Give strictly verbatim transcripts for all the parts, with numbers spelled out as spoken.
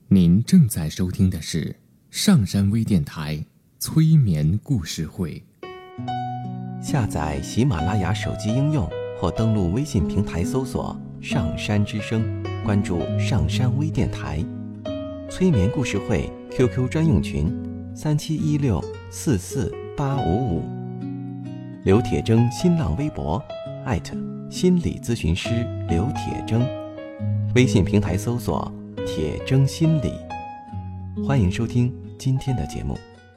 您正在收听的是上山微电台催眠故事会。 下载喜马拉雅手机应用或登录微信平台搜索上山之声，关注上山微电台。催眠故事会 Q Q 专用群三七一六四四八五五，刘铁铮新浪微博艾特心理咨询师刘铁铮，微信平台搜索铁铮心理。欢迎收听今天的节目。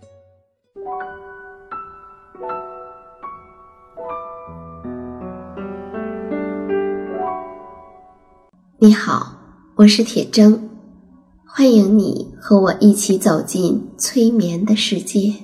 你好，我是铁铮，欢迎你和我一起走进催眠的世界。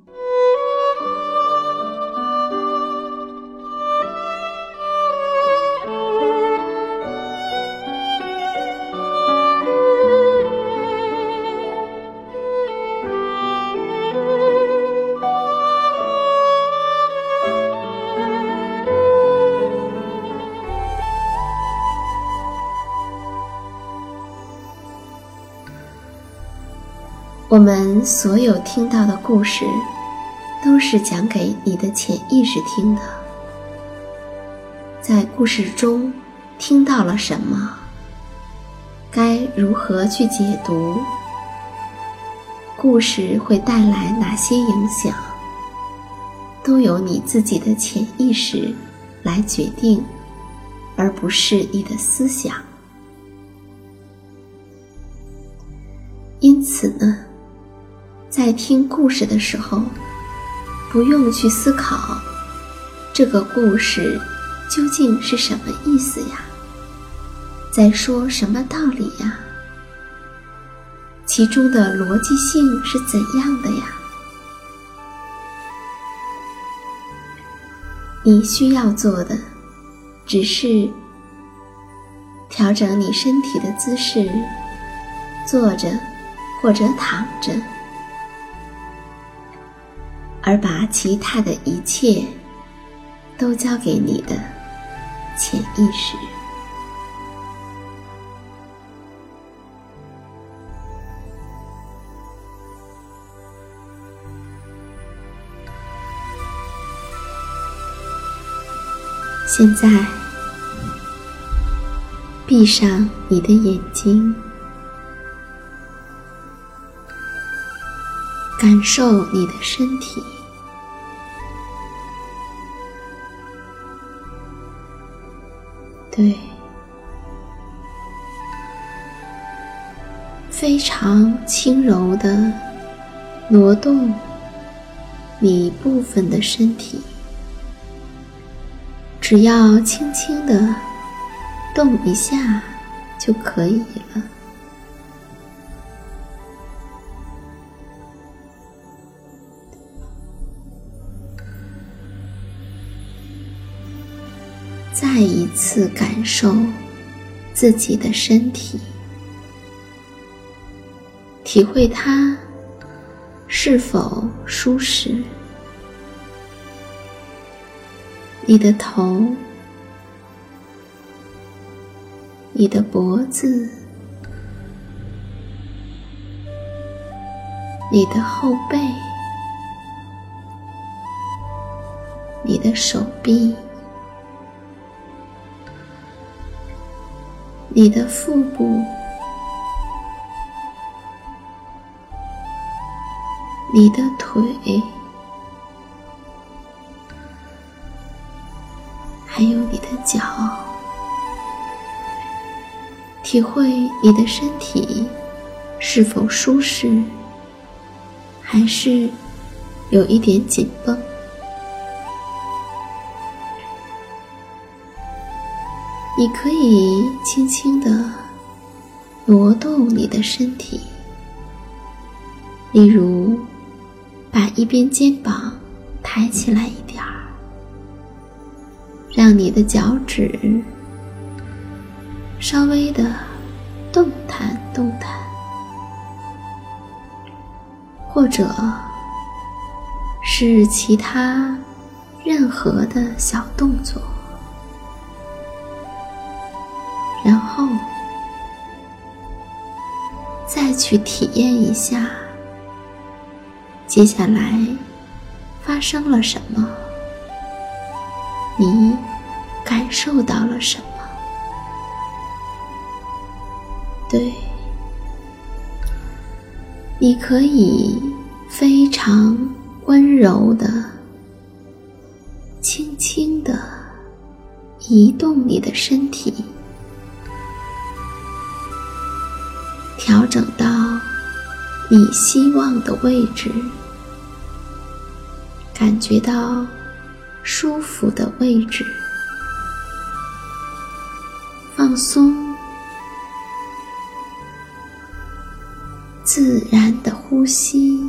我们所有听到的故事，都是讲给你的潜意识听的。在故事中听到了什么，该如何去解读？故事会带来哪些影响，都由你自己的潜意识来决定，而不是你的思想。因此呢，在听故事的时候，不用去思考这个故事究竟是什么意思呀，在说什么道理呀，其中的逻辑性是怎样的呀。你需要做的只是调整你身体的姿势，坐着或者躺着，而把其他的一切都交给你的潜意识。现在，闭上你的眼睛，感受你的身体。对，非常轻柔地挪动你一部分的身体，只要轻轻地动一下就可以了。再一次感受自己的身体，体会它是否舒适。你的头，你的脖子，你的后背，你的手臂，你的腹部，你的腿，还有你的脚，体会你的身体是否舒适，还是有一点紧绷。你可以轻轻地挪动你的身体，例如把一边肩膀抬起来一点儿，让你的脚趾稍微的动弹动弹，或者是其他任何的小动作。然后再再去体验一下，接下来发生了什么？你感受到了什么？对，你可以非常温柔地、轻轻地移动你的身体，调整到你希望的位置，感觉到舒服的位置，放松，自然的呼吸。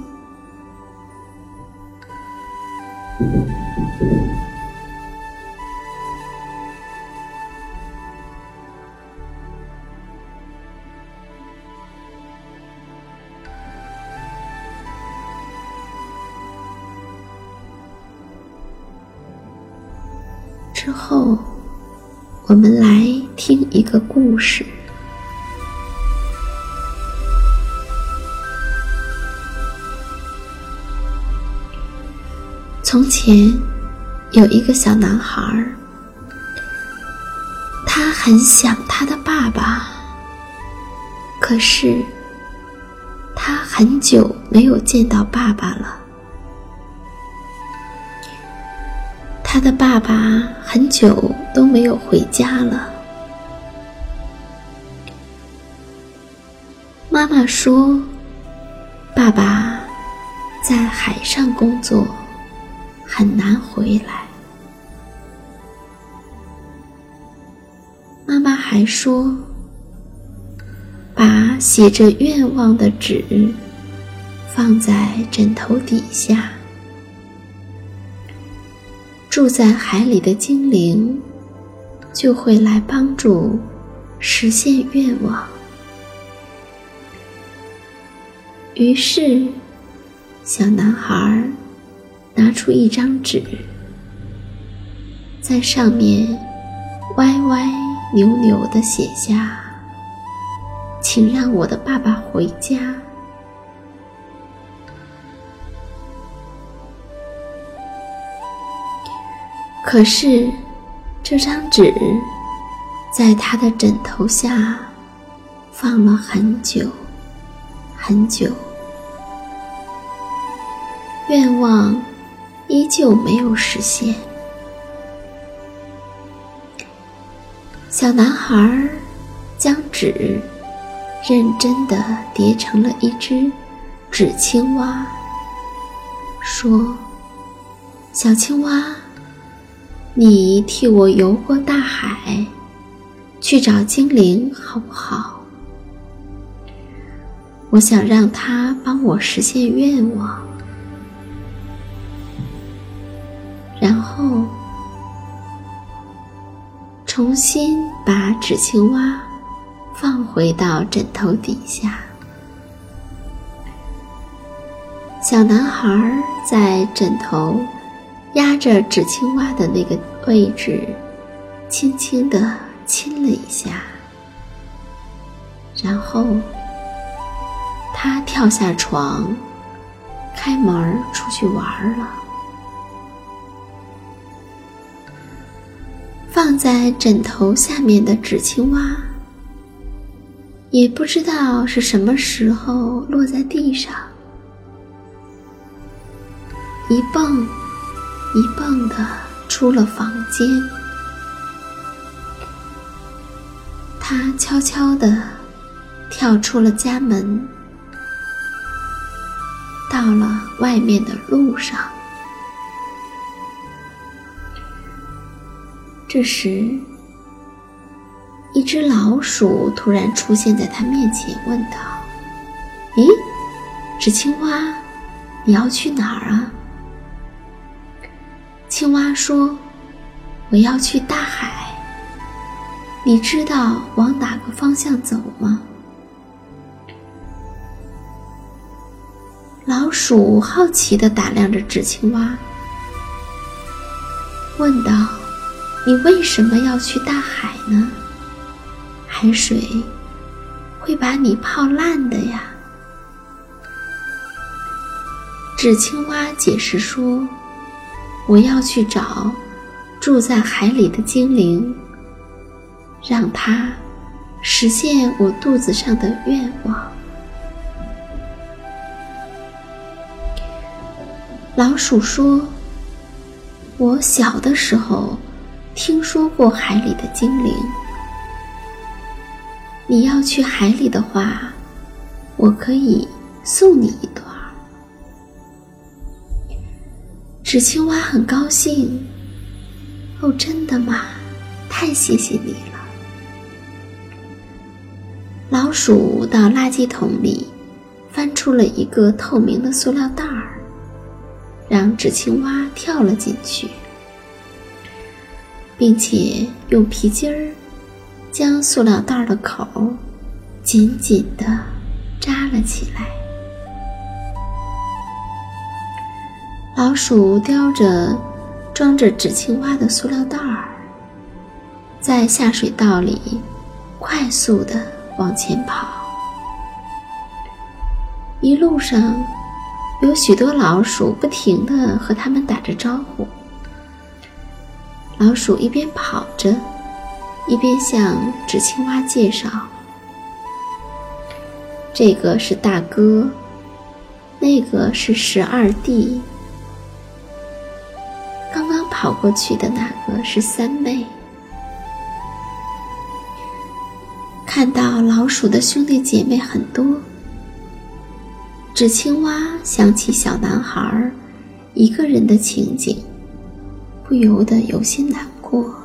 之后，我们来听一个故事。从前有一个小男孩，他很想他的爸爸，可是他很久没有见到爸爸了。他的爸爸很久都没有回家了。妈妈说，爸爸在海上工作，很难回来。妈妈还说，把写着愿望的纸放在枕头底下，住在海里的精灵就会来帮助实现愿望。于是，小男孩拿出一张纸，在上面歪歪扭扭地写下：请让我的爸爸回家。可是这张纸在他的枕头下放了很久很久，愿望依旧没有实现。小男孩将纸认真地叠成了一只纸青蛙，说：小青蛙，你替我游过大海，去找精灵好不好？我想让他帮我实现愿望。然后重新把纸青蛙放回到枕头底下。小男孩在枕头压着纸青蛙的那个位置轻轻地亲了一下，然后他跳下床，开门出去玩了。放在枕头下面的纸青蛙也不知道是什么时候落在地上，一蹦一蹦地出了房间。他悄悄地跳出了家门，到了外面的路上。这时，一只老鼠突然出现在他面前，问道：咦，纸青蛙，你要去哪儿啊？青蛙说：我要去大海，你知道往哪个方向走吗？老鼠好奇地打量着纸青蛙，问道：你为什么要去大海呢？海水会把你泡烂的呀。 纸青蛙解释说，我要去找住在海里的精灵，让它实现我肚子上的愿望。老鼠说，我小的时候听说过海里的精灵，你要去海里的话，我可以送你一段。纸青蛙很高兴，哦，真的吗？太谢谢你了。老鼠到垃圾桶里翻出了一个透明的塑料袋儿，让纸青蛙跳了进去，并且用皮筋儿将塑料袋的口紧紧地扎了起来。老鼠叼着装着纸青蛙的塑料袋儿，在下水道里快速地往前跑。一路上有许多老鼠不停地和它们打着招呼。老鼠一边跑着，一边向纸青蛙介绍，这个是大哥，那个是十二弟，刚刚跑过去的那个是三妹。看到老鼠的兄弟姐妹很多，纸青蛙想起小男孩一个人的情景，不由得有些难过。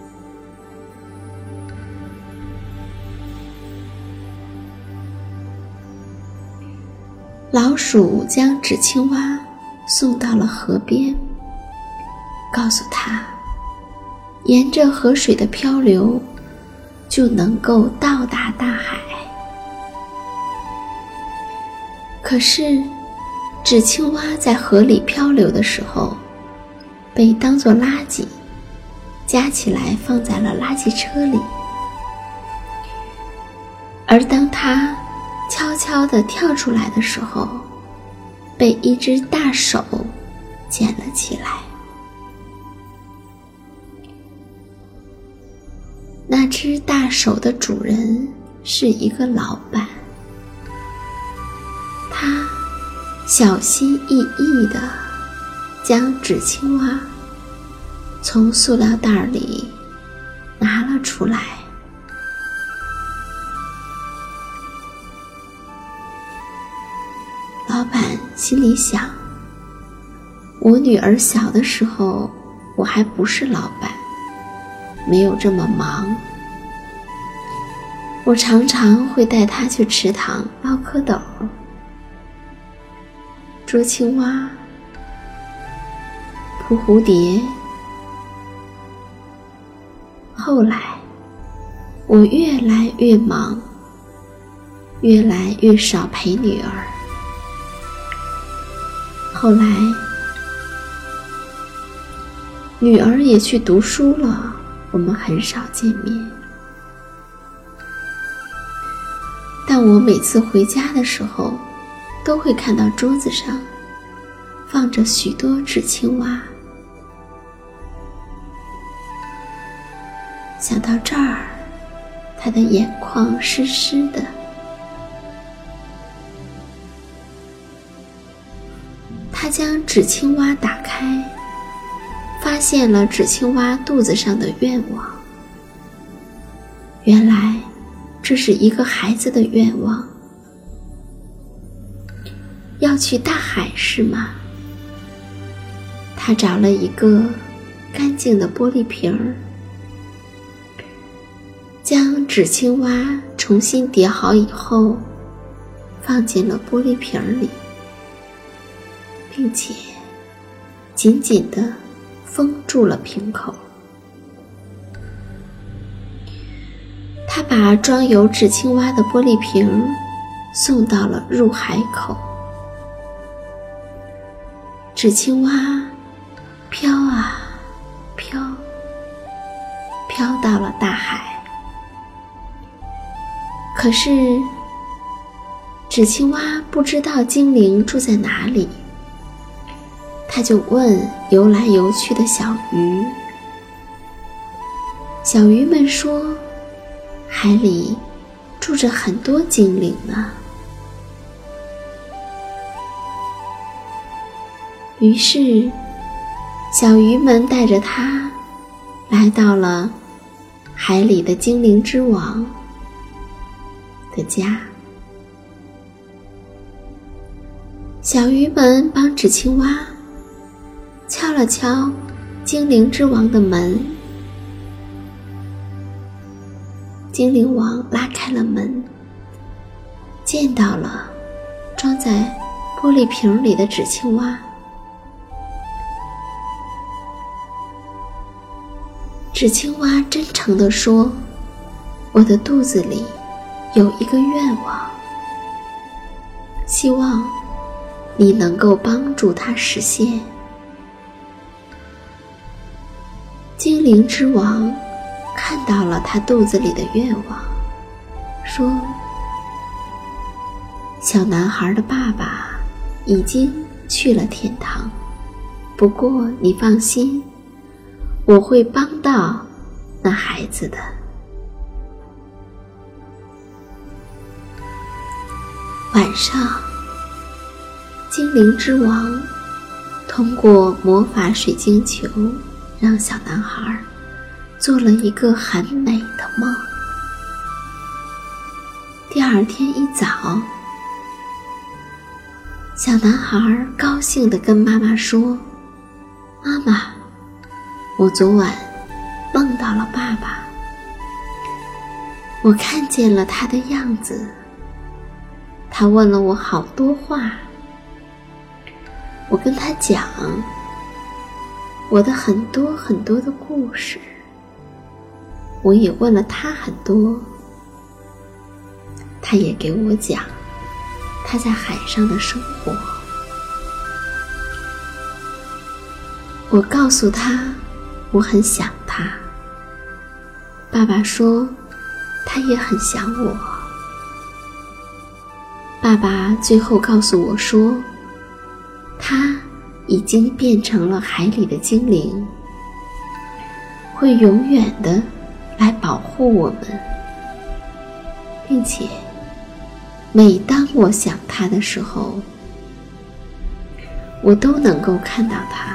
老鼠将纸青蛙送到了河边，告诉他，沿着河水的漂流就能够到达大海。可是纸青蛙在河里漂流的时候被当作垃圾夹起来放在了垃圾车里，而当它悄悄地跳出来的时候，被一只大手捡了起来。那只大手的主人是一个老板，他小心翼翼地将纸青蛙从塑料袋里拿了出来。老板心里想，我女儿小的时候，我还不是老板，没有这么忙，我常常会带她去池塘捞蝌蚪、捉青蛙、扑蝴蝶。后来我越来越忙，越来越少陪女儿。后来女儿也去读书了，我们很少见面。但我每次回家的时候，都会看到桌子上放着许多纸青蛙。想到这儿，他的眼眶湿湿的。他将纸青蛙打开，发现了纸青蛙肚子上的愿望。原来这是一个孩子的愿望，要去大海是吗？他找了一个干净的玻璃瓶儿，将纸青蛙重新叠好以后，放进了玻璃瓶里，并且紧紧地封住了瓶口。他把装有纸青蛙的玻璃瓶送到了入海口。纸青蛙飘啊飘，飘到了大海。可是纸青蛙不知道精灵住在哪里， 他就问游来游去的小鱼。小鱼们说，海里住着很多精灵呢。于是小鱼们带着他来到了海里的精灵之王的家。小鱼们帮纸青蛙敲了敲精灵之王的门，精灵王拉开了门，见到了装在玻璃瓶里的纸青蛙。纸青蛙真诚地说，我的肚子里有一个愿望，希望你能够帮助它实现。精灵之王看到了他肚子里的愿望，说，小男孩的爸爸已经去了天堂，不过你放心，我会帮到那孩子的。晚上，精灵之王通过魔法水晶球让小男孩做了一个很美的梦。第二天一早，小男孩高兴地跟妈妈说，妈妈，我昨晚梦到了爸爸，我看见了他的样子，他问了我好多话，我跟他讲我的很多很多的故事，我也问了他很多，他也给我讲他在海上的生活。我告诉他我很想他，爸爸说他也很想我。爸爸最后告诉我说，他已经变成了海里的精灵，会永远的来保护我们，并且每当我想他的时候，我都能够看到他。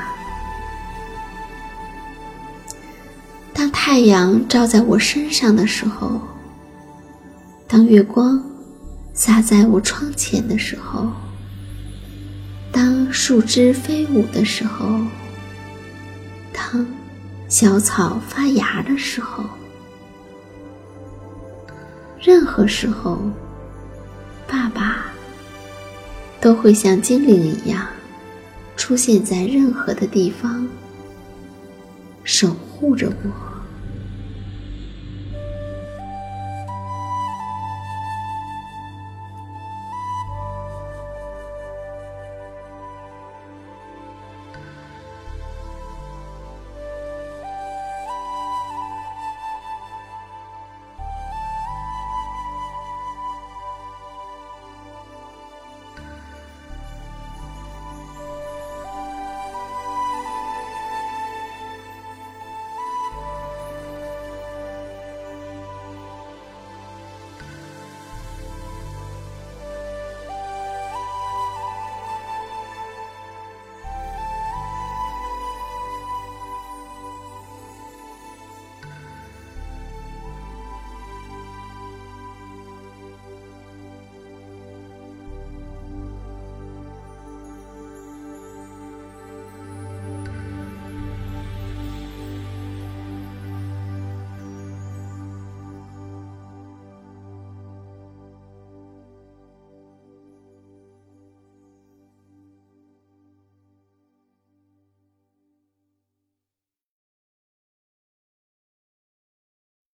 当太阳照在我身上的时候，当月光洒在我窗前的时候，当树枝飞舞的时候，当小草发芽的时候，任何时候，爸爸都会像精灵一样出现在任何的地方，守护着我。